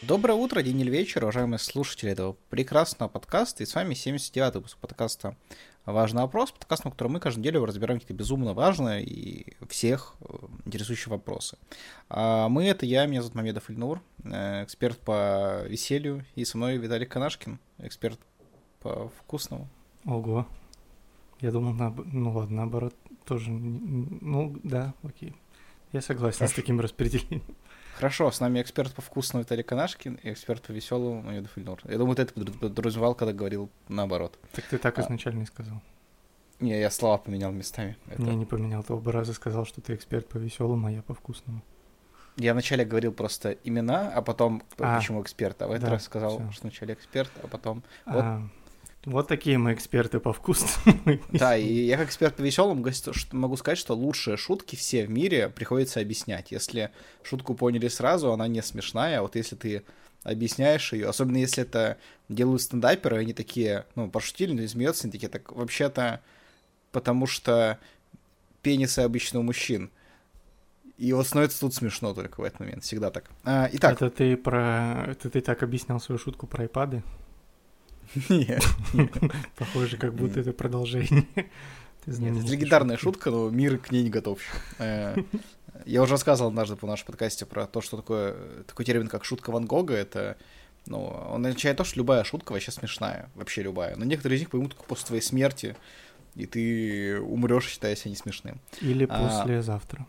Доброе утро, день или вечер, уважаемые слушатели этого прекрасного подкаста. И с вами 79-й выпуск подкаста «Важный вопрос», подкаст, на котором мы каждую неделю разбираем какие-то безумно важные и всех интересующие вопросы. Меня зовут Мамедов Ильнур, эксперт по веселью, и со мной Виталий Канашкин, эксперт по вкусному. Ого, я думал, наоборот, тоже, окей. Я согласен с таким распределением. Хорошо, с нами эксперт по вкусному Виталий Канашкин и эксперт по веселому Мамедов Ильнур. Я думаю, ты это подразумевал, когда говорил наоборот. Так ты так изначально и сказал. Не, я слова поменял местами. Я не поменял, ты оба раза сказал, что ты эксперт по веселому, а я по вкусному. Я вначале говорил просто имена, а потом почему эксперт, а в этот раз сказал, что вначале эксперт, а потом... Вот такие мы эксперты по вкусному. Да, и я как эксперт по веселому могу сказать, что лучшие шутки все в мире приходится объяснять. Если шутку поняли сразу, она не смешная, а вот если ты объясняешь ее, особенно если это делают стендаперы, они такие, пошутили, но смеются, они такие, так вообще-то потому что пенисы обычно у мужчин. И вот становится тут смешно только в этот момент, всегда так. Итак. Это ты так объяснял свою шутку про айпады? Нет. Похоже, как будто это продолжение. Это легендарная шутка, но мир к ней не готов. Я уже рассказывал однажды по нашему подкасте про то, что такой термин, как шутка Ван Гога. Это, он означает то, что любая шутка вообще смешная, вообще любая. Но некоторые из них поймут только после твоей смерти, и ты умрешь, считая себя не смешным. Или послезавтра.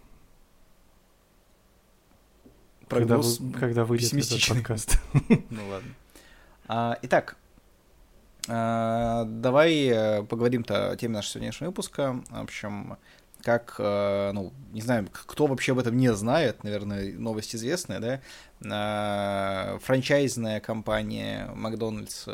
Прогноз когда выйдет этот подкаст. Ну ладно. Итак, давай поговорим-то о теме нашего сегодняшнего выпуска. В общем, не знаю, кто вообще об этом не знает, наверное, новость известная, да? Франчайзная компания Макдональдс,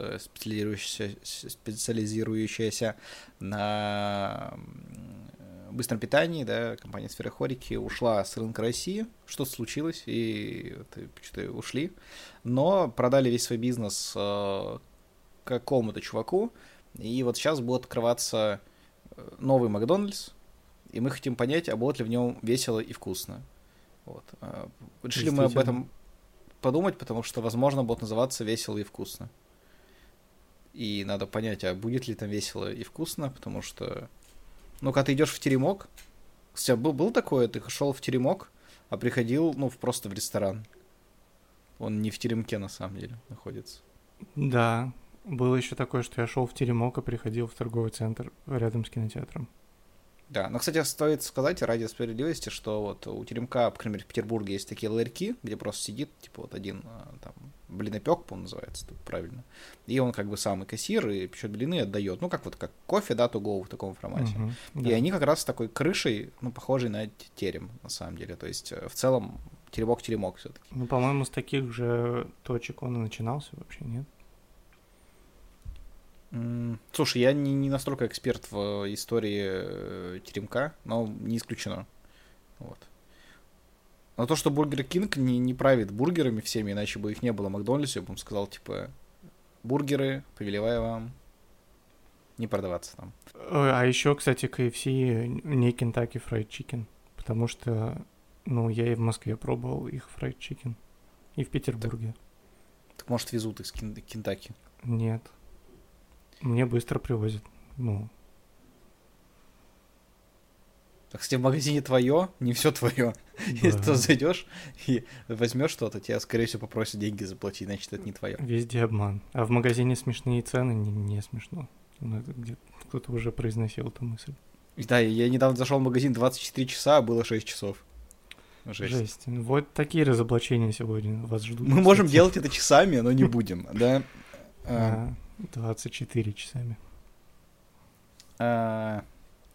специализирующаяся на быстром питании, да, компания Сфера Хорики ушла с рынка России. Что-то случилось, и что-то ушли. Но продали весь свой бизнес какому-то чуваку, и вот сейчас будет открываться новый Макдональдс, и мы хотим понять, а будет ли в нем весело и вкусно. Вот. Решили мы об этом подумать, потому что, возможно, будет называться «Весело и вкусно». И надо понять, а будет ли там весело и вкусно, потому что... когда ты идешь в теремок... Кстати, был такое, ты шел в теремок, а приходил, просто в ресторан. Он не в теремке, на самом деле, находится. Да, было еще такое, что я шел в теремок, а приходил в торговый центр рядом с кинотеатром. Да, но, кстати, стоит сказать ради справедливости, что вот у теремка, по крайней мере, в Петербурге есть такие ларьки, где просто сидит, один, там, блинопек, по-моему, называется, тут правильно, и он как бы самый кассир и печет блины и отдает, как кофе, да, to go в таком формате. И да. они как раз с такой крышей, похожей на терем, на самом деле, то есть в целом теремок все-таки. По-моему, с таких же точек он и начинался вообще, нет? Слушай, я не настолько эксперт в истории теремка, но не исключено. Вот. Но то, что Бургер Кинг не правит бургерами всеми, иначе бы их не было в Макдональдсе, я бы сказал, бургеры, повелеваю вам не продаваться там. А еще, кстати, KFC не Kentucky Fried Chicken, потому что, я и в Москве пробовал их Fried Chicken, и в Петербурге. Так может, везут из Кентаки? Нет. Мне быстро привозят. Так, кстати, в магазине твое, не все твое. Да. Если ты зайдешь и возьмешь что-то, тебя, скорее всего, попросят деньги заплатить, значит, это не твое. Везде обман. А в магазине смешные цены не смешно. Это кто-то уже произносил эту мысль. Да, я недавно зашел в магазин 24 часа, а было 6 часов. Жесть. Вот такие разоблачения сегодня вас ждут. Мы можем делать это часами, но не будем, да? 24 часами. Да.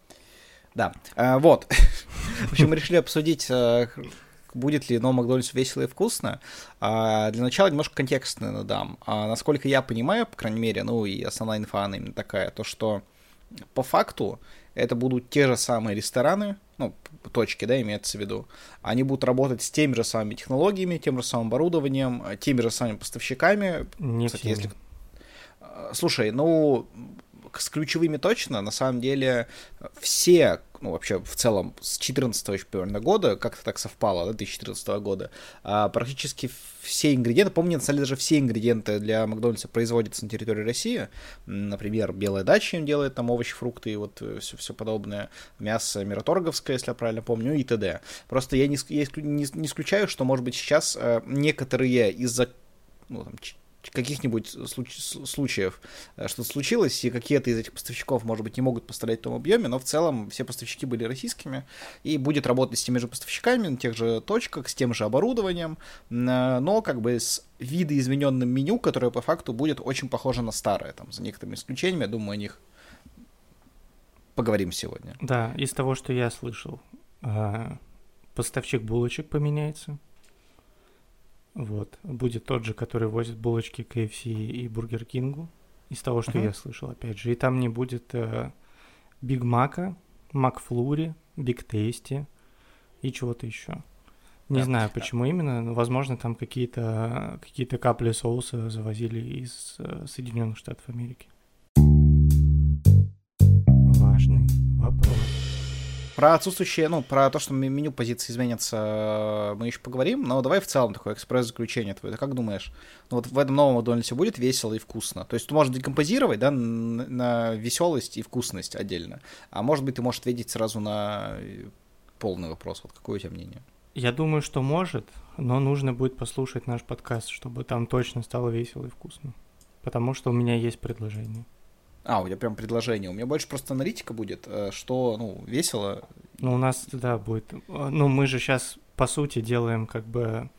Вот. В общем, мы решили обсудить, будет ли новый Макдональдс весело и вкусно. Для начала немножко контекст, наверное, дам. Насколько я понимаю, по крайней мере, и основная инфа она именно такая, то что по факту это будут те же самые рестораны, точки, да, имеется в виду. Они будут работать с теми же самыми технологиями, тем же самым оборудованием, теми же самыми поставщиками. Не кстати, всеми. Слушай, с ключевыми точно, на самом деле, все, ну, вообще, в целом, с 2014 еще примерно года, как-то так совпало, да, 2014 года, практически все ингредиенты, помню, на самом деле, даже все ингредиенты для Макдональдса производятся на территории России. Например, Белая дача им делает там овощи, фрукты и вот все подобное, мясо мираторговское, если я правильно помню, и т.д. Просто я не исключаю, что, может быть, сейчас некоторые из-за, ну, там, каких-нибудь случаев что-то случилось, и какие-то из этих поставщиков, может быть, не могут поставлять в том объеме, но в целом все поставщики были российскими, и будет работать с теми же поставщиками, на тех же точках, с тем же оборудованием, но как бы с видоизмененным меню, которое по факту будет очень похоже на старое, там, за некоторыми исключениями, я думаю, о них поговорим сегодня. Да, из того, что я слышал, поставщик булочек поменяется. Вот. Будет тот же, который возит булочки KFC и Burger King. Из того, что я слышал, опять же. И там не будет Биг Мака, Макфлури, Биг Тейсти и чего-то еще. Не знаю, почему именно, но, возможно, там какие-то капли соуса завозили из Соединенных Штатов Америки. Важный вопрос. Про отсутствующее, ну, про то, что меню позиции изменятся, мы еще поговорим, но давай в целом такое экспресс-заключение твое. Ты как думаешь, ну, вот в этом новом Макдональдсе будет весело и вкусно? То есть ты можешь декомпозировать, да, на веселость и вкусность отдельно, а может быть, ты можешь ответить сразу на полный вопрос. Вот какое у тебя мнение? Я думаю, что может, но нужно будет послушать наш подкаст, чтобы там точно стало весело и вкусно. Потому что у меня есть предложение. У тебя прям предложение. У меня больше просто аналитика будет, что, ну, весело. Ну, у нас, да, будет... Ну, мы же сейчас, по сути, делаем как бы,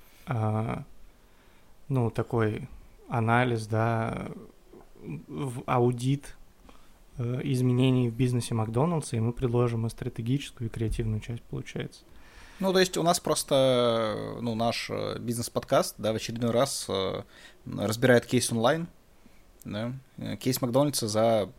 ну, такой анализ, да, аудит изменений в бизнесе Макдональдса, и мы предложим и стратегическую, и креативную часть, получается. Ну, то есть у нас просто, ну, наш бизнес-подкаст, да, в очередной раз разбирает кейс онлайн, да, кейс Макдональдса за,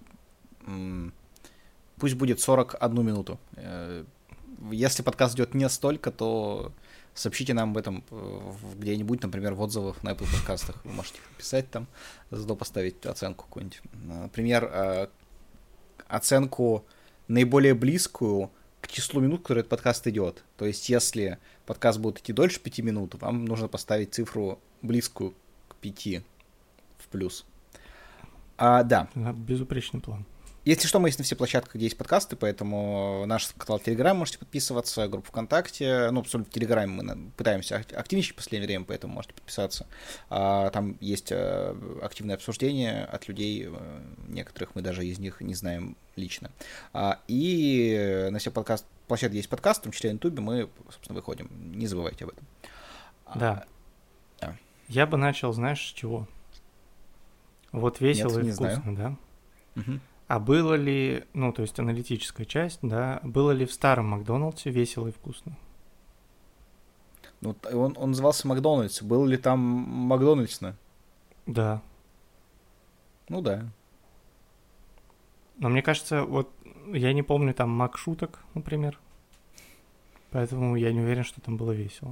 пусть будет 41 минуту. Если подкаст идет не столько, то сообщите нам об этом где-нибудь, например, в отзывах на Apple подкастах. Вы можете писать там, заодно поставить оценку какую-нибудь. Например, оценку наиболее близкую к числу минут, которые этот подкаст идет. То есть, если подкаст будет идти дольше 5 минут, вам нужно поставить цифру близкую к 5 в плюс. Да. Безупречный план. Если что, мы есть на все площадках, где есть подкасты, поэтому наш канал в Телеграм можете подписываться, группу ВКонтакте, ну, абсолютно в Телеграме мы пытаемся активничать в последнее время, поэтому можете подписаться. Там есть активное обсуждение от людей, некоторых мы даже из них не знаем лично. И на все площадки есть подкаст, в том числе на Ютубе, мы, собственно, выходим. Не забывайте об этом. Да. Я бы начал, знаешь, с чего? Вот весело и вкусно, да? Угу. А было ли, ну, то есть аналитическая часть, да, было ли в старом Макдональдсе весело и вкусно? Ну, он назывался Макдональдс. Было ли там Макдональдсно? Да. Ну да. Но мне кажется, вот я не помню там Макшуток, например. Поэтому я не уверен, что там было весело.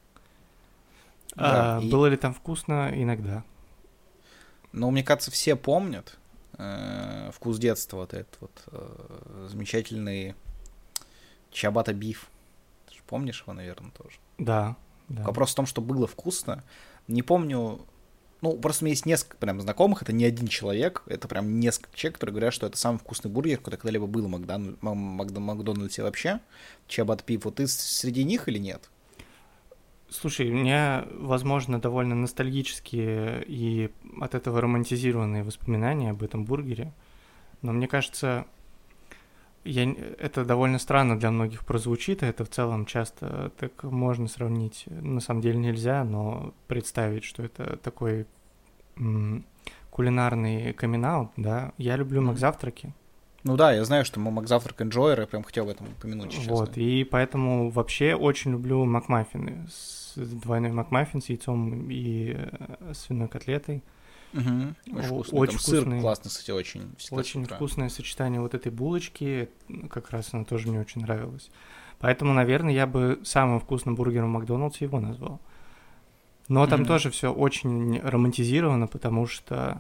Да, было ли там вкусно? Иногда. Ну, мне кажется, все помнят вкус детства, вот этот вот замечательный Чиабатта биф. Ты же помнишь его, наверное, тоже? Да. Вопрос в том, что было вкусно. Не помню. Ну, просто у меня есть несколько прям знакомых, это не один человек, это прям несколько человек, которые говорят, что это самый вкусный бургер, который когда-либо был в Макдональдсе вообще. Чиабатта биф. Вот ты среди них или нет? Слушай, у меня, возможно, довольно ностальгические и от этого романтизированные воспоминания об этом бургере, но мне кажется, это довольно странно для многих прозвучит, и это в целом часто так можно сравнить, на самом деле нельзя, но представить, что это такой кулинарный камин-аут, да, я люблю Макзавтраки. Ну да, я знаю, что мы Макзавтрак энджойер, я прям хотел об этом упомянуть сейчас. Вот, и поэтому вообще очень люблю макмаффины, двойной макмаффин с яйцом и свиной котлетой. Угу. Очень вкусный. Сыр классный, кстати, очень. Очень вкусное сочетание вот этой булочки, как раз она тоже мне очень нравилась. Поэтому, наверное, я бы самым вкусным бургером в Макдональдсе его назвал. Но там тоже все очень романтизировано, потому что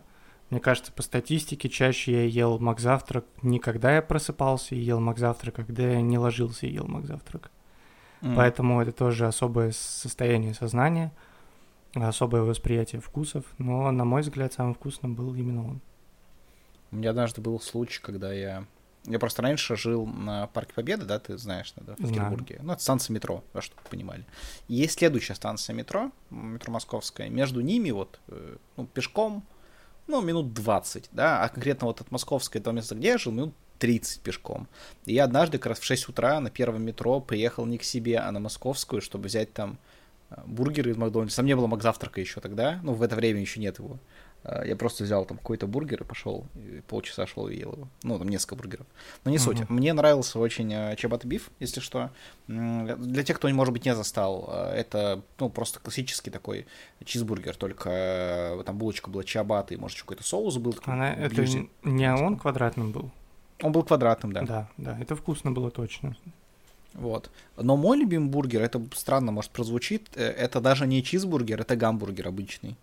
Мне кажется, по статистике, чаще я ел Макзавтрак не когда я просыпался и ел Макзавтрак, а когда я не ложился и ел Макзавтрак. Поэтому это тоже особое состояние сознания, особое восприятие вкусов, но, на мой взгляд, самым вкусным был именно он. У меня однажды был случай, когда я просто раньше жил на Парке Победы, да, ты знаешь, да, в Петербурге. Ну, это станция метро, да, чтобы вы понимали. И есть следующая станция метро Московская. Между ними вот, пешком, минут 20, да, а конкретно вот от Московской до места, где я жил, минут 30 пешком. И я однажды как раз в 6 утра на первом метро приехал не к себе, а на Московскую, чтобы взять там бургеры из Макдональдса. Там не было Макзавтрака еще тогда, в это время еще нет его. Я просто взял там какой-то бургер и пошел, и полчаса шел и ел его. Там несколько бургеров. Но не суть. Мне нравился очень Ciabatta Beef, если что. Для тех, кто, может быть, не застал, это, просто классический такой чизбургер, только там булочка была ciabatta, и, может, еще какой-то соус был. Это не он квадратным был? Он был квадратным, да. Да, это вкусно было точно. Вот. Но мой любимый бургер, это странно, может, прозвучит, это даже не чизбургер, это гамбургер обычный.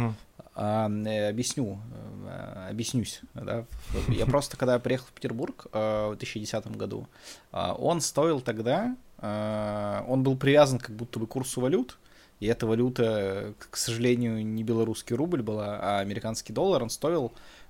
Объяснюсь. Да? Я просто, когда приехал в Петербург в 2010 году, он стоил тогда, он был привязан как будто бы к курсу валют, и эта валюта, к сожалению, не белорусский рубль была, а американский доллар, он стоил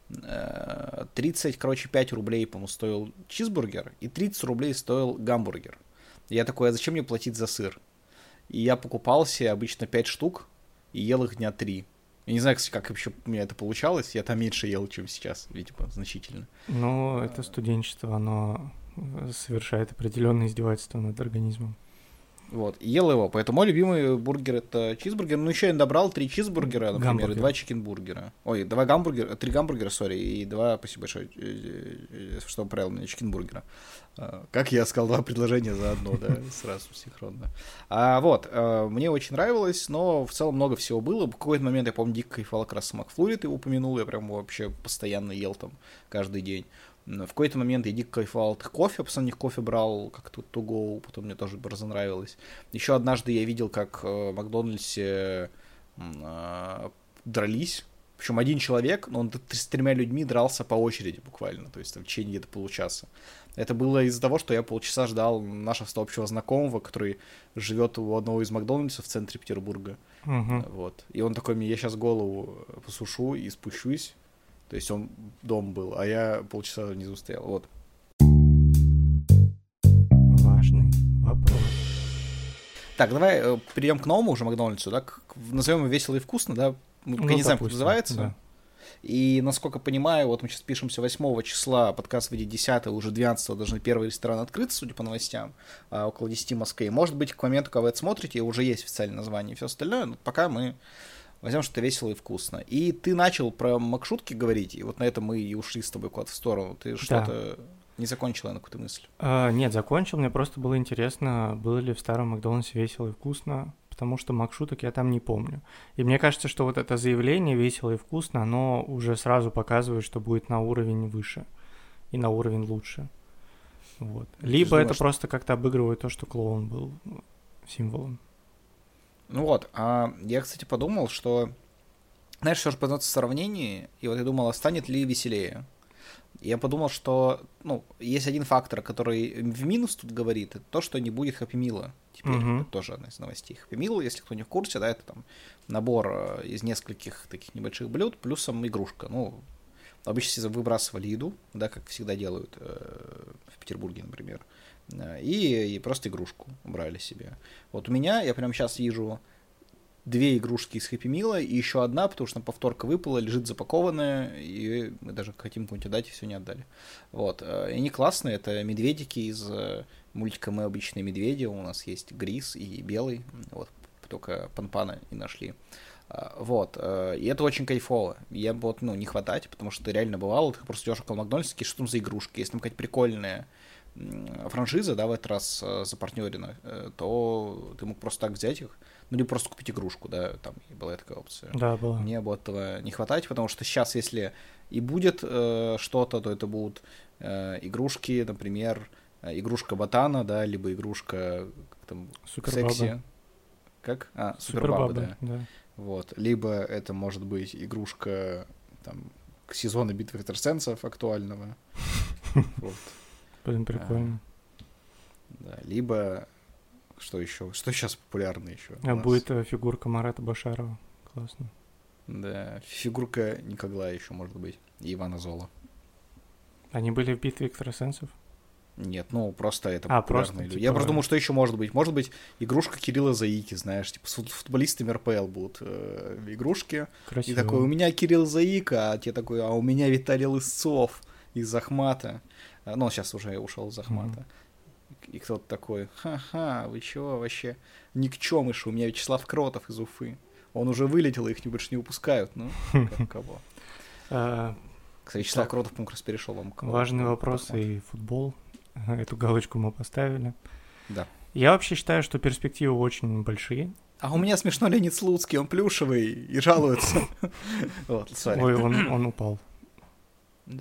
5 рублей, по-моему, стоил чизбургер, и 30 рублей стоил гамбургер. Я такой, а зачем мне платить за сыр? И я покупал себе обычно 5 штук и ел их дня 3. Я не знаю, как вообще у меня это получалось, я там меньше ел, чем сейчас, видимо, значительно. Это студенчество, оно совершает определенное издевательство над организмом. Вот, и ел его, поэтому мой любимый бургер это чизбургер, еще я добрал 3 чизбургера, например, и 2 чикенбургера. 3 гамбургера, и 2, спасибо большое, что поправил меня, чикенбургера. Как я сказал, 2 предложения за одно, да, сразу синхронно. Мне очень нравилось, но в целом много всего было. В какой-то момент, я помню, дико кайфовал как раз Макфлури, ты упомянул, я прям вообще постоянно ел там каждый день. В какой-то момент я дико кайфовал от кофе, постоянно кофе брал, как-то to go, потом мне тоже разонравилось. Еще однажды я видел, как в Макдональдсе дрались, причем один человек, но он с 3 людьми дрался по очереди буквально, то есть там, в течение где-то получаса. Это было из-за того, что я полчаса ждал нашего общего знакомого, который живет у одного из Макдональдсов в центре Петербурга. Вот. И он такой мне, я сейчас голову посушу и спущусь. То есть он дом был, а я полчаса внизу стоял. Вот. Важный вопрос. Так, давай перейдем к новому уже Макдональдсу, да? Назовем его «Весело и вкусно», да? Мы пока не знаем, как называется. Да. И, насколько понимаю, вот мы сейчас пишемся 8 числа, подкаст выйдет 10, уже 12 должны первые рестораны открыться, судя по новостям, около 10 в Москве. Может быть, к моменту, когда вы это смотрите, уже есть официальное название и все остальное, но пока мы возьмем что-то весело и вкусно. И ты начал про макшутки говорить, и вот на этом мы и ушли с тобой куда-то в сторону. Ты что-то не закончила на какую-то мысль? Нет, закончил. Мне просто было интересно, было ли в старом Макдональдсе весело и вкусно, потому что макшуток я там не помню. И мне кажется, что вот это заявление «весело и вкусно», оно уже сразу показывает, что будет на уровень выше и на уровень лучше. Вот. Либо это просто как-то обыгрывает то, что клоун был символом. Я, кстати, подумал, что, знаешь, все же познаться в сравнении, и вот я думал, а станет ли веселее. Я подумал, что, есть один фактор, который в минус тут говорит, это то, что не будет Happy Meal. Теперь это тоже одна из новостей. Happy Meal, если кто не в курсе, да, это там набор из нескольких таких небольших блюд, плюсом игрушка. Обычно выбрасывали еду, да, как всегда делают в Петербурге, например. И просто игрушку брали себе. Вот у меня, я прямо сейчас вижу 2 игрушки из Happy Meal, и еще одна, потому что повторка выпала, лежит запакованная, и мы даже хотим кому-нибудь отдать, и все не отдали. Вот. И они классные, это медведики из мультика «Мы обычные медведи», у нас есть Грис и Белый, вот, только Панпана и нашли. Вот, и это очень кайфово. Я бы не хватать, потому что реально бывало, ты просто идешь около Макдональдса, что там за игрушки, если там какая-то прикольная франшиза, да, в этот раз запартнерена, то ты мог просто так взять их, или просто купить игрушку, да, там была такая опция. Да, была. Мне бы этого не хватать, потому что сейчас, если и будет что-то, то это будут игрушки, например, игрушка Ботана, да, либо игрушка там секси. Как? Супербаба, да. Да. Вот. Либо это может быть игрушка там сезона «Битвы экстрасенсов» актуального. Вот. Блин, прикольно. Да, либо... Что еще? Что сейчас популярно еще? Будет фигурка Марата Башарова. Классно. Да, фигурка Никоглая еще, может быть. И Ивана Зола. Они были в «Битве экстрасенсов»? Нет, ну просто это популярные просто, люди. типа... Я просто думал, что еще может быть. Может быть, игрушка Кирилла Заики, знаешь, типа с футболистами РПЛ будут игрушки. Красиво. И такой, у меня Кирилл Заика, а те такой, а у меня Виталий Лысцов из Ахмата. Ну, он сейчас уже ушел из Ахмата. И кто-то такой, ха-ха, вы чего вообще? Никчемыши, у меня Вячеслав Кротов из Уфы. Он уже вылетел, и их больше не выпускают. Ну, как кого? Кстати, Вячеслав Кротов, по-моему, как раз перешел вам. Важный вопрос и футбол. Эту галочку мы поставили. Да. Я вообще считаю, что перспективы очень большие. А у меня смешно Леонид Слуцкий, он плюшевый и жалуется. Вот, сори. Ой, он упал. Да.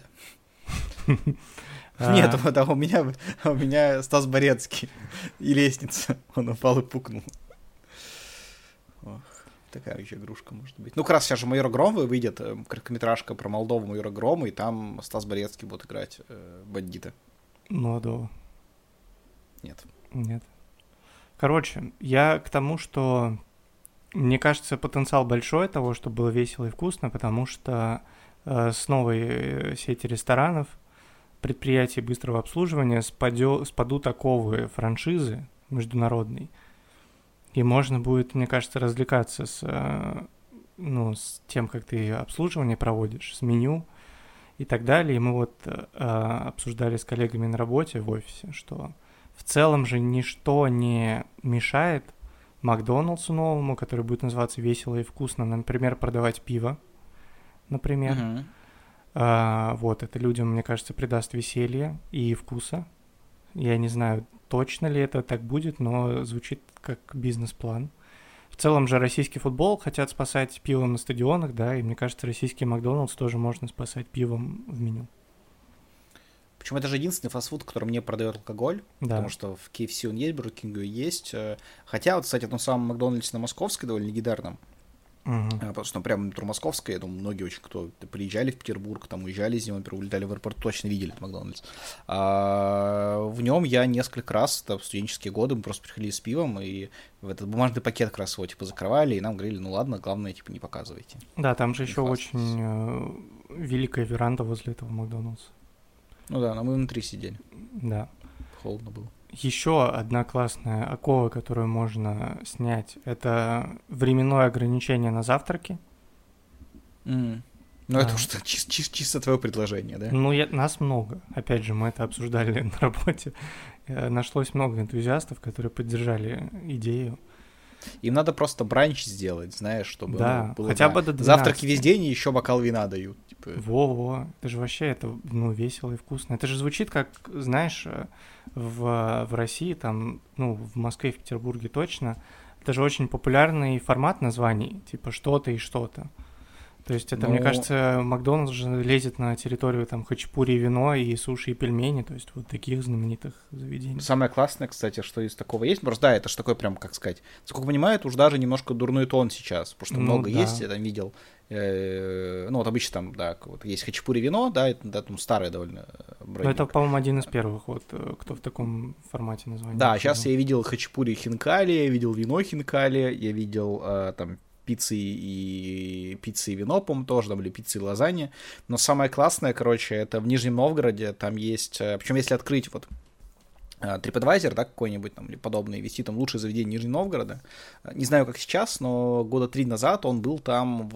Нет, у меня Стас Борецкий и лестница. Он упал и пукнул. Такая еще игрушка может быть. Ну, как раз сейчас же «Майор Гром» выйдет, короткометражка про Молдову «Майора Грома», и там Стас Борецкий будет играть бандита. Молодого. Нет. Короче, я к тому, что мне кажется, потенциал большой того, чтобы было весело и вкусно, потому что с новой сети ресторанов, предприятий быстрого обслуживания спадут оковы франшизы международной, и можно будет, мне кажется, развлекаться с тем, как ты обслуживание проводишь, с меню и так далее. И мы вот обсуждали с коллегами на работе в офисе, что в целом же ничто не мешает Макдоналдсу новому, который будет называться «Весело и вкусно», например, продавать пиво, например. Вот, это людям, мне кажется, придаст веселья и вкуса. Я не знаю, точно ли это так будет, но звучит как бизнес-план. В целом же российский футбол хотят спасать пивом на стадионах, да, и мне кажется, российский Макдоналдс тоже можно спасать пивом в меню. Причем это же единственный фастфуд, который не продает алкоголь, да. Потому что в KFC он есть, в Burger King есть. Хотя, вот, кстати, в том самом Макдональдсе на Московской довольно легендарном, потому что прямо метро Московское, я думаю, многие очень, кто приезжали в Петербург, там уезжали из него, например, улетали в аэропорт, точно видели этот Макдональдс. В нем я несколько раз, в студенческие годы, мы просто приходили с пивом, и в этот бумажный пакет как раз его, закрывали, и нам говорили, ну ладно, главное, не показывайте. Да, там же еще очень великая веранда возле этого Макдональдса. Ну да, но мы внутри сидели. Да. Холодно было. Еще одна классная окова, которую можно снять, это временное ограничение на завтраки. Ну, это уж чисто твое предложение, да? Ну, нас много. Опять же, мы это обсуждали на работе. Нашлось много энтузиастов, которые поддержали идею. Им надо просто бранч сделать, знаешь, чтобы было хотя бы до 12. Завтраки весь день и еще бокал вина дают. Во-во, это же вообще весело и вкусно. Это же звучит как, знаешь, в России, там, в Москве, в Петербурге точно, это же очень популярный формат названий, типа что-то и что-то. То есть это, мне кажется, Макдональдс же лезет на территорию там хачапури и вино, и суши, и пельмени, то есть вот таких знаменитых заведений. Самое классное, кстати, что из такого есть, просто да, это же такой прям, как сказать, насколько понимаю, это уж даже немножко дурной тон сейчас, потому что много есть, я там видел, вот обычно там, да, вот есть хачапури вино, да, это там старое довольно брендинг. Ну это, по-моему, один из первых, кто в таком формате названия. Да, сейчас я видел хачапури хинкали, я видел вино хинкали, я видел там пиццы и вино, по-моему, тоже, там были пиццы и лазанья. Но самое классное, короче, это в Нижнем Новгороде, там есть, причем если открыть вот TripAdvisor, да, какой-нибудь там или подобный, вести там лучшее заведение Нижнего Новгорода, не знаю, как сейчас, но года 3 назад он был там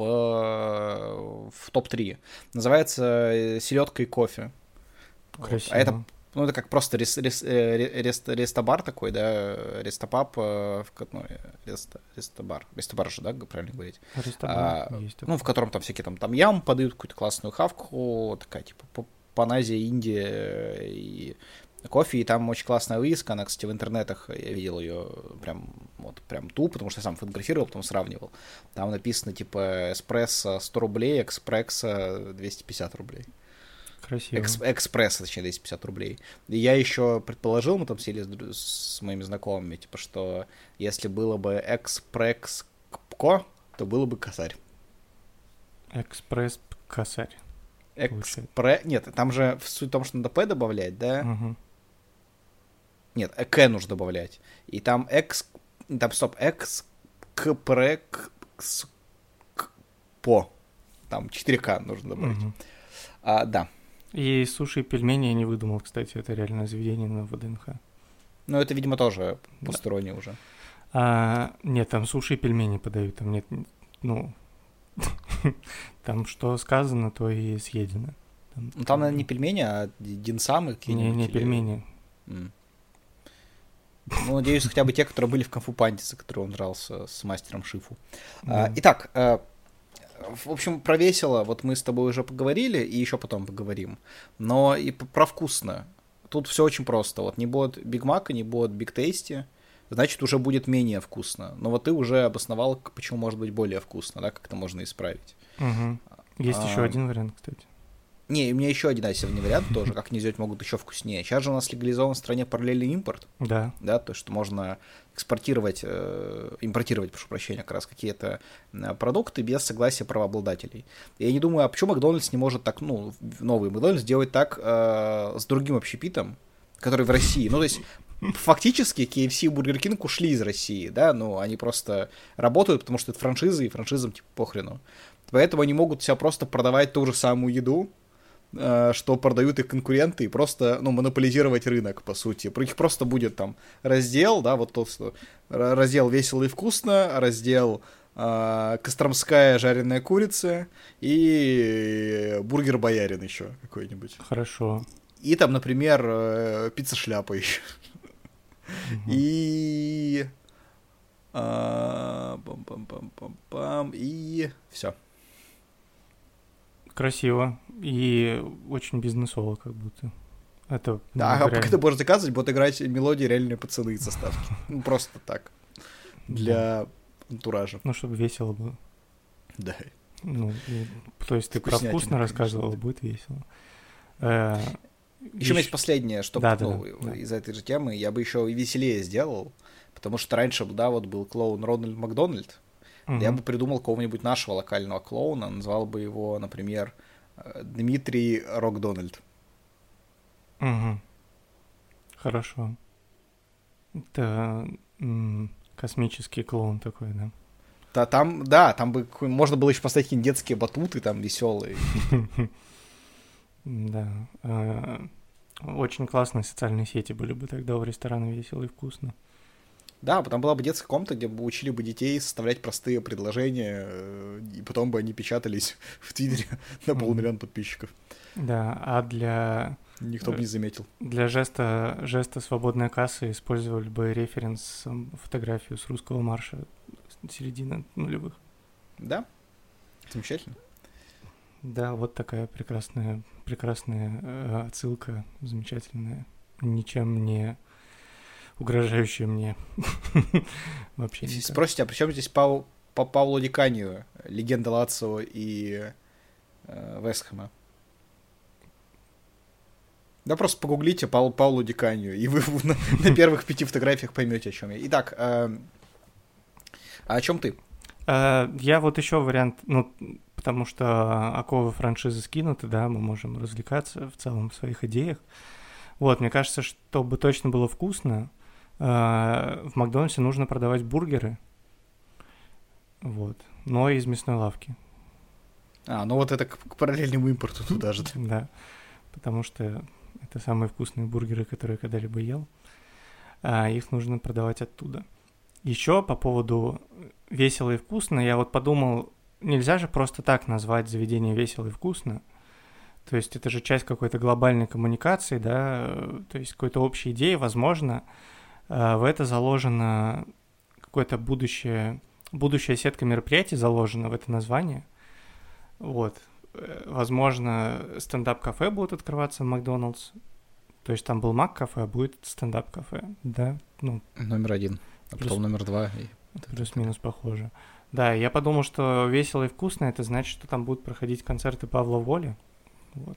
в топ-3. Называется «Селедка и кофе». Красиво. А это это как просто рестобар такой, да, рестопаб, рестобар же, да, правильно говорить? Рестобар есть такой. В котором там всякие там ям подают, какую-то классную хавку, такая, типа, Паназия, Индия и кофе, и там очень классная вывеска, она, кстати, в интернетах, я видел ее прям ту, потому что я сам фотографировал, потом сравнивал. Там написано, типа, эспрессо 100 рублей, экспресса 250 рублей. Красиво. Экспресса, точнее, 250 рублей. И я еще предположил, мы там сели с моими знакомыми, типа, что если было бы экспресс-ко, то было бы косарь. Экспресс-косарь. Нет, там же суть в том, что надо P добавлять, да? Угу. Нет, К нужно добавлять. И там по. Там 4К нужно добавить. Угу. Да. И суши и пельмени я не выдумал, кстати, это реальное заведение на ВДНХ. Ну, это, видимо, тоже постороннее уже. Нет, там суши и пельмени подают, там нет, ну, там что сказано, то и съедено. Там, наверное, не пельмени, а динсамы какие-нибудь. Не пельмени. Ну, надеюсь, хотя бы те, которые были в Кунг-фу Панде, за которые он дрался с мастером Шифу. Итак, в общем, про весело вот мы с тобой уже поговорили, и еще потом поговорим. Но и про вкусно. Тут все очень просто. Вот не будет Биг Мака, не будет Биг Тейсти, значит, уже будет менее вкусно. Но вот ты уже обосновал, почему может быть более вкусно, да, как это можно исправить. Угу. Есть еще один вариант, кстати. Не, у меня еще один сегодня вариант тоже, как они сделать могут еще вкуснее. Сейчас же у нас легализован в стране параллельный импорт. Да. Да, то, что можно импортировать, прошу прощения, как раз какие-то продукты без согласия правообладателей. Я не думаю, а почему Макдональдс не может так, новый Макдональдс делать так с другим общепитом, который в России. Ну, то есть, фактически KFC и Burger King ушли из России, да, они просто работают, потому что это франшизы, и франшизам, типа, похрену. Поэтому они могут себя просто продавать ту же самую еду, что продают их конкуренты, и просто, монополизировать рынок, по сути. У них просто будет там раздел, да, вот тот, что раздел «Весело и вкусно», раздел «Костромская жареная курица» и «Бургер Боярин» еще какой-нибудь. Хорошо. И там, например, пицца-шляпа еще. И... И все. Красиво. И очень бизнесово, как будто. Это, а пока ты будешь заказывать, будут играть мелодии «Реальные пацаны» из заставки. Просто так. Для антуража. Чтобы весело было. Да. То есть ты про вкусно рассказывал, будет весело. Еще есть последнее, что из этой же темы я бы еще и веселее сделал, потому что раньше, был клоун Рональд Макдональд. Я бы придумал какого-нибудь нашего локального клоуна, назвал бы его, например, Дмитрий Рок-Дональд. Угу. Хорошо. Это космический клоун такой, да? Там бы можно было еще поставить какие-нибудь детские батуты там веселые. Да. Очень классные социальные сети были бы тогда у ресторана «Весело и вкусно». Да, там была бы детская комната, где бы учили бы детей составлять простые предложения, и потом бы они печатались в Твиттере на 500 000 подписчиков. Да, а для... Никто бы не заметил. Для жеста свободной кассы использовали бы референс, фотографию с русского марша середины нулевых. Да, замечательно. Да, вот такая прекрасная отсылка, замечательная, ничем не угрожающая мне. Вообще никак. Спросите, а при чем здесь Пауло Ди Каньо, легенда Лацио и Вестхэма? Да просто погуглите Пауло Ди Каньо, и вы на первых 5 фотографиях поймете, о чем я. Итак, а о чем ты? Я вот еще вариант, потому что оковы франшизы скинуты, да, мы можем развлекаться в целом в своих идеях. Вот, мне кажется, чтобы точно было вкусно, в Макдональдсе нужно продавать бургеры, вот, но из мясной лавки. Вот это к параллельному импорту туда же. Да, потому что это самые вкусные бургеры, которые я когда-либо ел, их нужно продавать оттуда. Еще по поводу «Весело и вкусно» я вот подумал, нельзя же просто так назвать заведение «Весело и вкусно». То есть это же часть какой-то глобальной коммуникации, да, то есть какой-то общей идеи, возможно, в это заложено какое-то будущая сетка мероприятий заложена в это название. Вот. Возможно, стендап-кафе будут открываться в Макдональдс. То есть там был Мак-кафе, а будет стендап-кафе, да? Номер 1, а потом номер 2. Плюс-минус похоже. Да, я подумал, что «Весело и вкусно» — это значит, что там будут проходить концерты Павла Воли. Вот.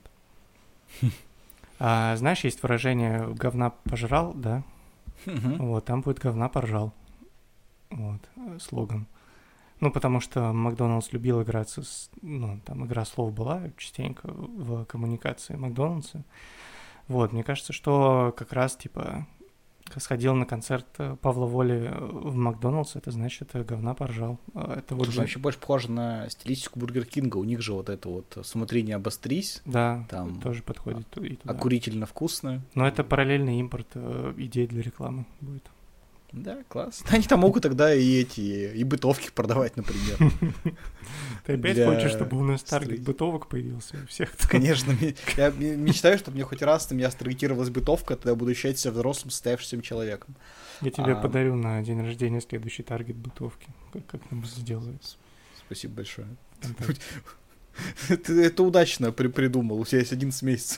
Знаешь, есть выражение «говна пожрал», да? Вот, там будет «говна поржал». Вот, слоган. Ну, потому что Макдоналдс любил играться ну, там игра слов была частенько в коммуникации Макдоналдса. Вот, мне кажется, что как раз, типа, сходил на концерт Павла Воли в Макдоналдс, это значит, говна поржал. Это вот вообще больше похоже на стилистику Бургер Кинга. У них же вот это вот «смотри, не обострись». Да, там тоже подходит и туда. Окурительно вкусно. Но это параллельный импорт идей для рекламы будет. Да, класс. Они там могут тогда и бытовки продавать, например. Ты опять хочешь, чтобы у нас таргет бытовок появился у всех? Конечно. Я мечтаю, чтобы мне хоть раз у меня старгетировалась бытовка, тогда я буду ощущать себя взрослым, состоявшимся человеком. Я тебе подарю на день рождения следующий таргет бытовки. Как-нибудь сделаю. Спасибо большое. Это удачно придумал. У тебя есть 11 месяцев.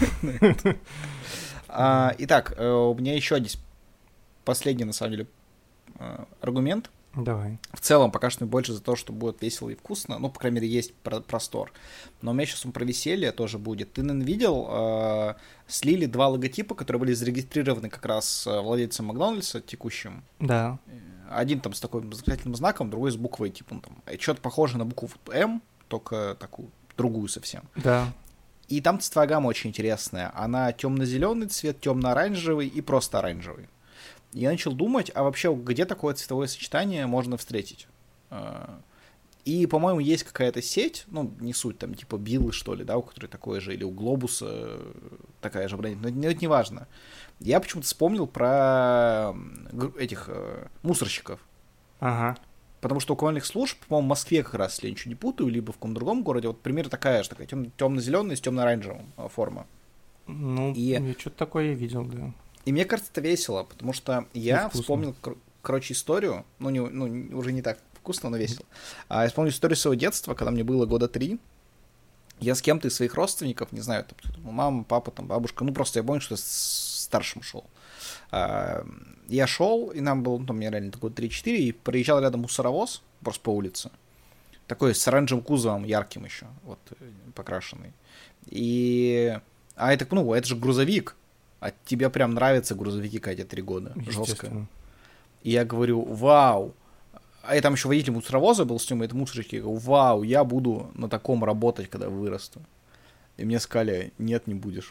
Итак, у меня еще есть последний, на самом деле, аргумент. Давай. В целом, пока что больше за то, что будет весело и вкусно. Ну, по крайней мере, есть простор. Но у меня сейчас про веселье тоже будет. Ты, наверное, видел, слили 2 логотипа, которые были зарегистрированы как раз владельцем Макдональдса текущим. Да. Один там с таким восклицательным знаком, другой с буквой, типа, там, что-то похоже на букву М, только такую, другую совсем. Да. И там цветовая гамма очень интересная. Она темно-зеленый цвет, темно-оранжевый и просто оранжевый. Я начал думать, а вообще где такое цветовое сочетание можно встретить? И, по-моему, есть какая-то сеть, ну, не суть, там, типа Биллы, что ли, да, у которой такое же, или у Глобуса такая же бренд, но это не важно. Я почему-то вспомнил про этих мусорщиков. Ага. Потому что у коммунальных служб, по-моему, в Москве как раз, если я ничего не путаю, либо в каком-то другом городе, вот примерно такая же, такая темно-зеленая с темно-оранжевым форма. Ну, я что-то такое видел, да. И мне кажется, это весело, потому что я вспомнил, короче, историю, уже не так вкусно, но весело. Я вспомнил историю своего детства, когда мне было 3 года. Я с кем-то из своих родственников, не знаю, там, мама, папа, там, бабушка, ну, просто я помню, что я с старшим шел. Я шел, и нам было, там, мне реально такой 3-4, и проезжал рядом мусоровоз, просто по улице, такой с оранжевым кузовом, ярким еще, вот, покрашенный. И... это же грузовик. А тебе прям нравятся грузовики, Катя, 3 года. Жестко. И я говорю, вау. А я там еще водитель мусоровоза был с ним, и это мусорщик. Я говорю, вау, я буду на таком работать, когда вырасту. И мне сказали, нет, не будешь.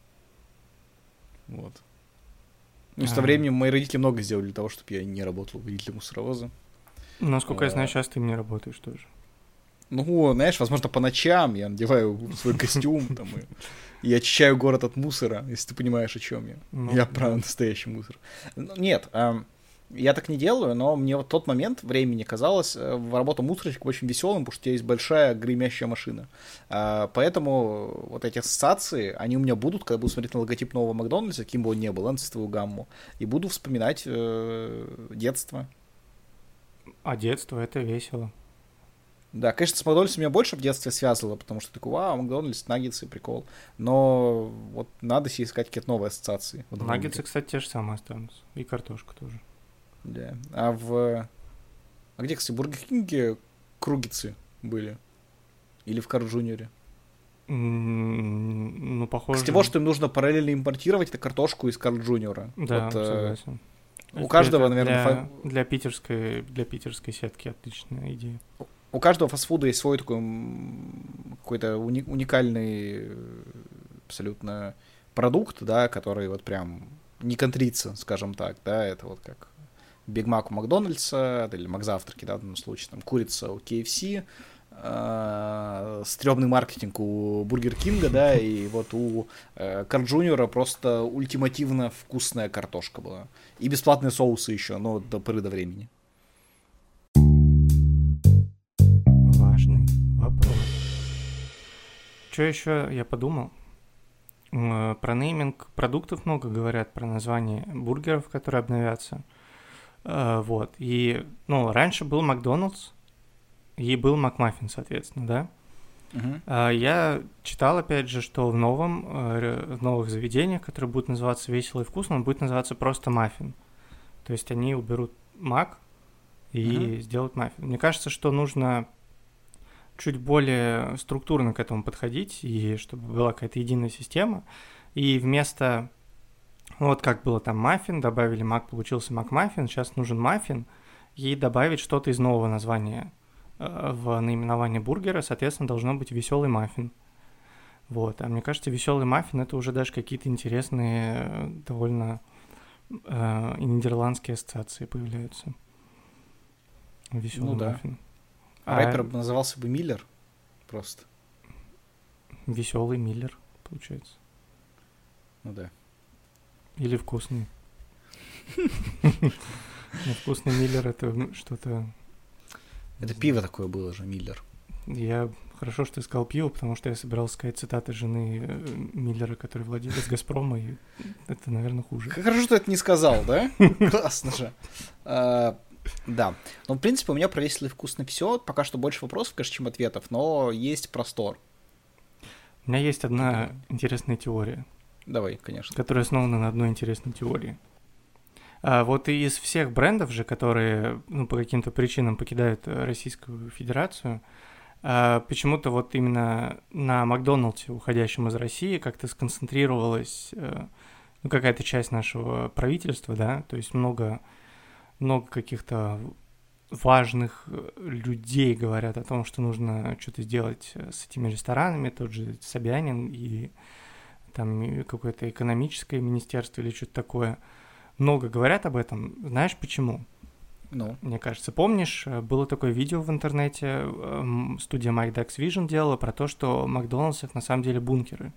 Вот. И с того времени мои родители много сделали для того, чтобы я не работал водителем мусоровоза. Насколько я знаю, сейчас ты мне работаешь тоже. Ну, знаешь, возможно, по ночам я надеваю свой костюм там, и очищаю город от мусора, если ты понимаешь, о чем я. Я про настоящий мусор. Нет, я так не делаю, но мне в тот момент времени казалось работа мусорщика очень веселым, потому что у тебя есть большая гремящая машина. Поэтому вот эти ассоциации, они у меня будут, когда буду смотреть на логотип нового Макдональдса, каким бы он ни был, на цветовую гамму, и буду вспоминать детство. А детство — это весело. Да, конечно, с Макдональдсом меня больше в детстве связывало, потому что такой, вау, Макдональдс, наггетсы, прикол. Но вот надо себе искать какие-то новые ассоциации. Наггетсы, кстати, те же самые останутся. И картошка тоже. Да. А где, кстати, в Бургер Кинге кругицы были? Или в Карл Джуниоре? Ну, похоже. Кстати, вот что им нужно параллельно импортировать, это картошку из Карл Джуниора. Да, вот, согласен. У каждого, наверное... Для питерской сетки отличная идея. У каждого фастфуда есть свой такой какой-то уникальный абсолютно продукт, да, который вот прям не контрится, скажем так, да, это вот как Биг Мак у Макдональдса, или Макзавтраки, да, в данном случае, там, курица у KFC, стрёмный маркетинг у Бургер Кинга, да, и вот у Карл Джуниора просто ультимативно вкусная картошка была. И бесплатные соусы еще, но до поры до времени. Важный вопрос. Что еще я подумал? Про нейминг продуктов много говорят, про название бургеров, которые обновятся. Вот. И, раньше был Макдональдс, и был Макмаффин, соответственно, да? Uh-huh. Я читал, опять же, что в новых заведениях, которые будут называться «Весело и вкусно», он будет называться просто «Маффин». То есть они уберут «Мак» и сделают «Маффин». Мне кажется, что нужно чуть более структурно к этому подходить, и чтобы была какая-то единая система. И вместо... Вот как было там «Маффин», добавили «Мак», получился «Макмаффин», сейчас нужен «Маффин», и добавить что-то из нового названия в наименовании бургера, соответственно, должно быть веселый маффин. Вот, а мне кажется, веселый маффин — это уже даже какие-то интересные, довольно нидерландские ассоциации появляются. Веселый маффин. Рэпер назывался бы Миллер просто. Веселый Миллер, получается. Ну да. Или вкусный. Вкусный Миллер — это что-то... Это пиво такое было же, Миллер. Хорошо, что ты сказал пиво, потому что я собирался сказать цитаты жены Миллера, который владелец «Газпрома», и это, наверное, хуже. Хорошо, что ты это не сказал, да? Классно же. Да. Ну, в принципе, у меня про весело и вкусно все. Пока что больше вопросов, конечно, чем ответов, но есть простор. У меня есть одна интересная теория. Давай, конечно. Которая основана на одной интересной теории. Вот и из всех брендов же, которые по каким-то причинам покидают Российскую Федерацию, почему-то вот именно на Макдональдсе, уходящем из России, как-то сконцентрировалась какая-то часть нашего правительства, да, то есть много каких-то важных людей говорят о том, что нужно что-то сделать с этими ресторанами, тот же Собянин и там какое-то экономическое министерство или что-то такое. Много говорят об этом. Знаешь почему? Мне кажется, помнишь, было такое видео в интернете, студия Mike Dex Vision делала про то, что в Макдональдсах на самом деле бункеры.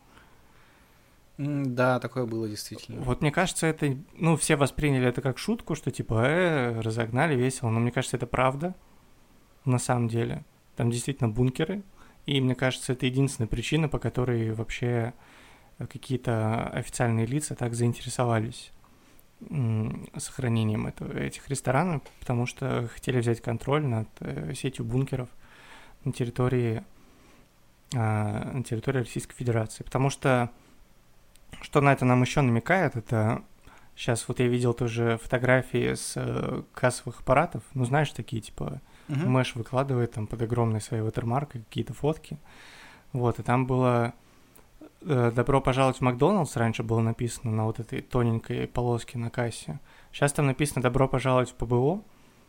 Да, такое было действительно. Вот мне кажется, это, все восприняли это как шутку, что типа, разогнали, весело, но мне кажется, это правда на самом деле. Там действительно бункеры, и мне кажется, это единственная причина, по которой вообще какие-то официальные лица так заинтересовались сохранением этих ресторанов, потому что хотели взять контроль над сетью бункеров на территории Российской Федерации. Потому что на это нам еще намекает, это сейчас вот я видел тоже фотографии с кассовых аппаратов, знаешь, такие типа Мэш выкладывает там под огромной своей ватермаркой какие-то фотки, вот, и там было «Добро пожаловать в Макдональдс», раньше было написано на вот этой тоненькой полоске на кассе. Сейчас там написано «Добро пожаловать в ПБО»,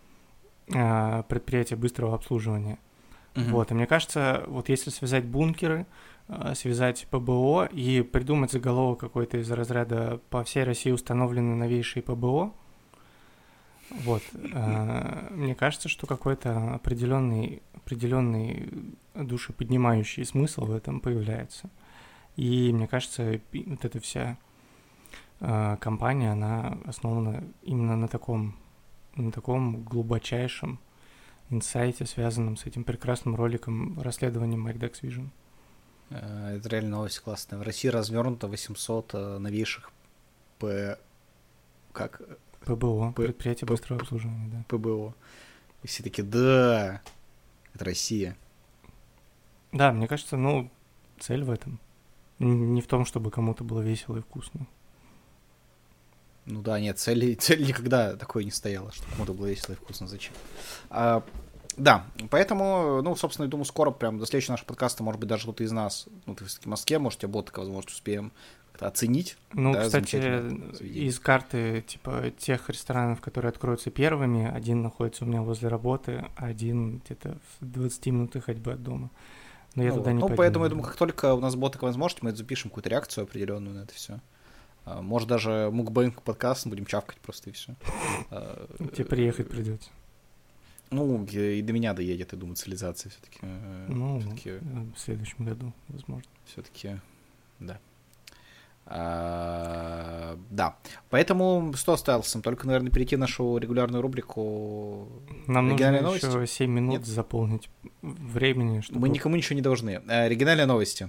предприятие быстрого обслуживания. Вот, и мне кажется, вот если связать бункеры, связать ПБО и придумать заголовок какой-то из разряда «По всей России установлены новейшие ПБО», вот, мне кажется, что какой-то определенный душеподнимающий смысл в этом появляется. И мне кажется, вот эта вся компания, она основана именно на таком глубочайшем инсайте, связанном с этим прекрасным роликом расследованием Mike Dex Vision. Это реально новость классная. В России развернуто 800 новейших ПБО, предприятие быстрого обслуживания, да. ПБО. И все таки да, это Россия. Да, мне кажется, цель в этом. Не в том, чтобы кому-то было весело и вкусно. Ну да, нет, цель никогда такой не стояла, чтобы кому-то было весело и вкусно. Зачем? Да, поэтому, собственно, я думаю, скоро, прям до следующего нашего подкаста, может быть, даже кто-то из нас, ты все-таки в Москве, может, у тебя будет такая возможность, успеем как-то оценить. Кстати, из карты, типа, тех ресторанов, которые откроются первыми, один находится у меня возле работы, а один где-то в 20 минутах ходьбы от дома. Но я туда не пойду. Поэтому, я думаю, как только у нас будет такая возможность, мы запишем какую-то реакцию определенную на это все. Может, даже мукбэнг подкаст, будем чавкать просто и все. Тебе приехать придется. И до меня доедет, я думаю, цивилизация все-таки. В следующем году, возможно. Все-таки, да. Да. Поэтому что осталось? Только, наверное, перейти в нашу регулярную рубрику. Нам нужно еще 7 минут заполнить времени. Чтобы... Мы никому ничего не должны. Региональные новости.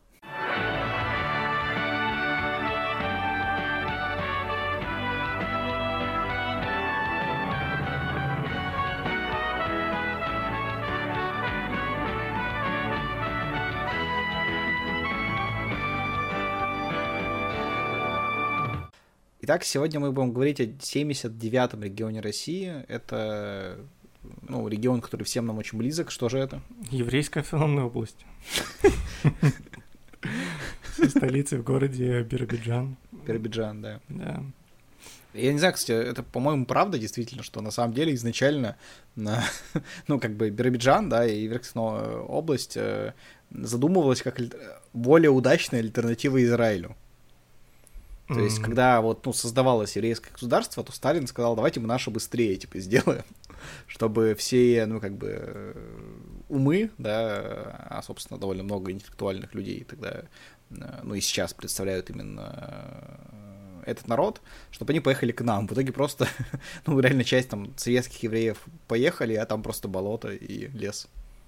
Итак, сегодня мы будем говорить о 79-м регионе России. Это регион, который всем нам очень близок. Что же это? Еврейская автономная область. Со столицей в городе Биробиджан. Биробиджан, да. Да. Я не знаю, кстати, это, по-моему, правда действительно, что на самом деле изначально, Биробиджан, да, и Верховная область задумывалась как более удачная альтернатива Израилю. То есть, когда создавалось еврейское государство, то Сталин сказал, давайте мы наше быстрее, сделаем, чтобы все, умы, да, а, собственно, довольно много интеллектуальных людей тогда, и сейчас представляют именно этот народ, чтобы они поехали к нам. В итоге просто, реально часть там советских евреев поехали, а там просто болото и лес.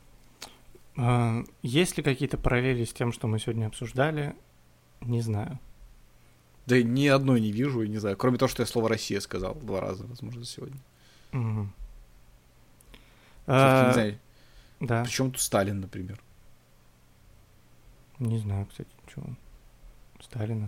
Есть ли какие-то параллели с тем, что мы сегодня обсуждали? Не знаю. Да ни одной не вижу, и не знаю. Кроме того, что я слово «Россия» сказал 2 раза, возможно, сегодня. Угу. Не знаю. Да. Причем тут Сталин, например? Не знаю, кстати, чего. Сталин.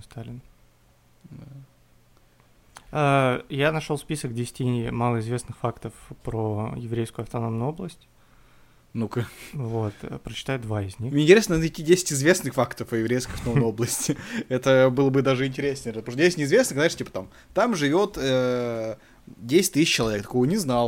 Да. Я нашел список 10 малоизвестных фактов про еврейскую автономную область. Ну-ка. Вот, прочитаю 2 из них. Мне интересно найти 10 известных фактов о еврейской автономной области. Это было бы даже интереснее. Потому что 10 неизвестных, знаешь, там живет 10 тысяч человек. Такого не знал,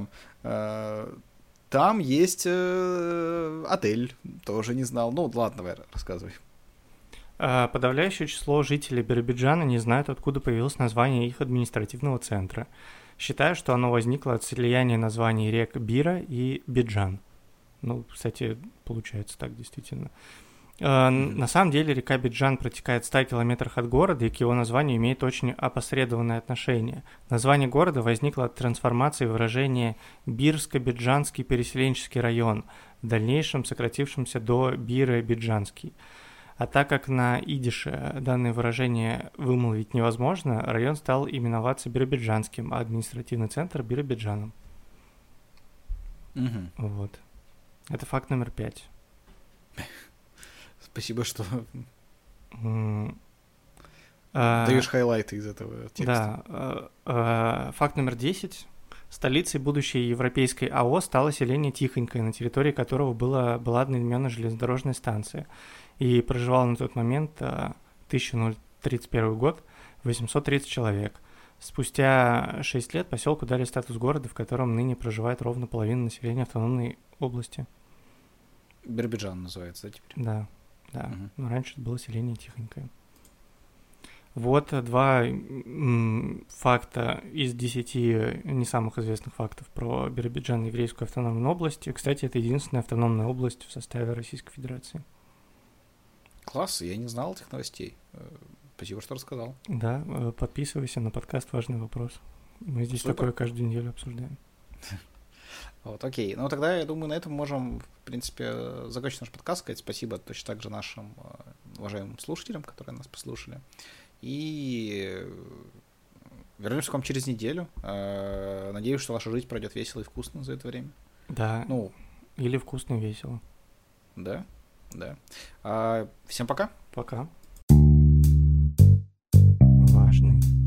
там есть отель, тоже не знал. Ну, ладно, давай, рассказывай. Подавляющее число жителей Биробиджана не знают, откуда появилось название их административного центра. Считаю, что оно возникло от слияния названий рек Бира и Биджан. Ну, кстати, получается так, действительно. На самом деле река Биджан протекает в 100 километрах от города и к его названию имеет очень опосредованное отношение. Название города возникло от трансформации выражения Бирско-Биджанский переселенческий район, в дальнейшем сократившемся до Биро-Биджанский. А так как на идише данное выражение вымолвить невозможно, район стал именоваться Биробиджанским, а административный центр Биробиджаном. Вот. Это факт номер 5. Спасибо, что даешь хайлайты из этого текста. Да. Факт номер 10. Столицей будущей европейской АО стало селение Тихонькое, на территории которого была одноименная железнодорожная станция. И проживало на тот момент, 1031 год, 830 человек. Спустя 6 лет поселку дали статус города, в котором ныне проживает ровно половина населения автономной области. Биробиджан называется, да, теперь? Да. Угу. Но раньше это было селение Тихонькое. Вот 2 факта из 10 не самых известных фактов про Биробиджан и еврейскую автономную область. Кстати, это единственная автономная область в составе Российской Федерации. Класс, я не знал этих новостей. Спасибо, что рассказал. Да, подписывайся на подкаст «Важный вопрос». Мы здесь такое каждую неделю обсуждаем. Вот, окей. Ну, тогда, я думаю, на этом можем, в принципе, закончить наш подкаст, сказать спасибо точно так же нашим уважаемым слушателям, которые нас послушали. И вернемся к вам через неделю. Надеюсь, что ваша жизнь пройдет весело и вкусно за это время. Да, или вкусно и весело. Да. Всем пока. Пока. Важный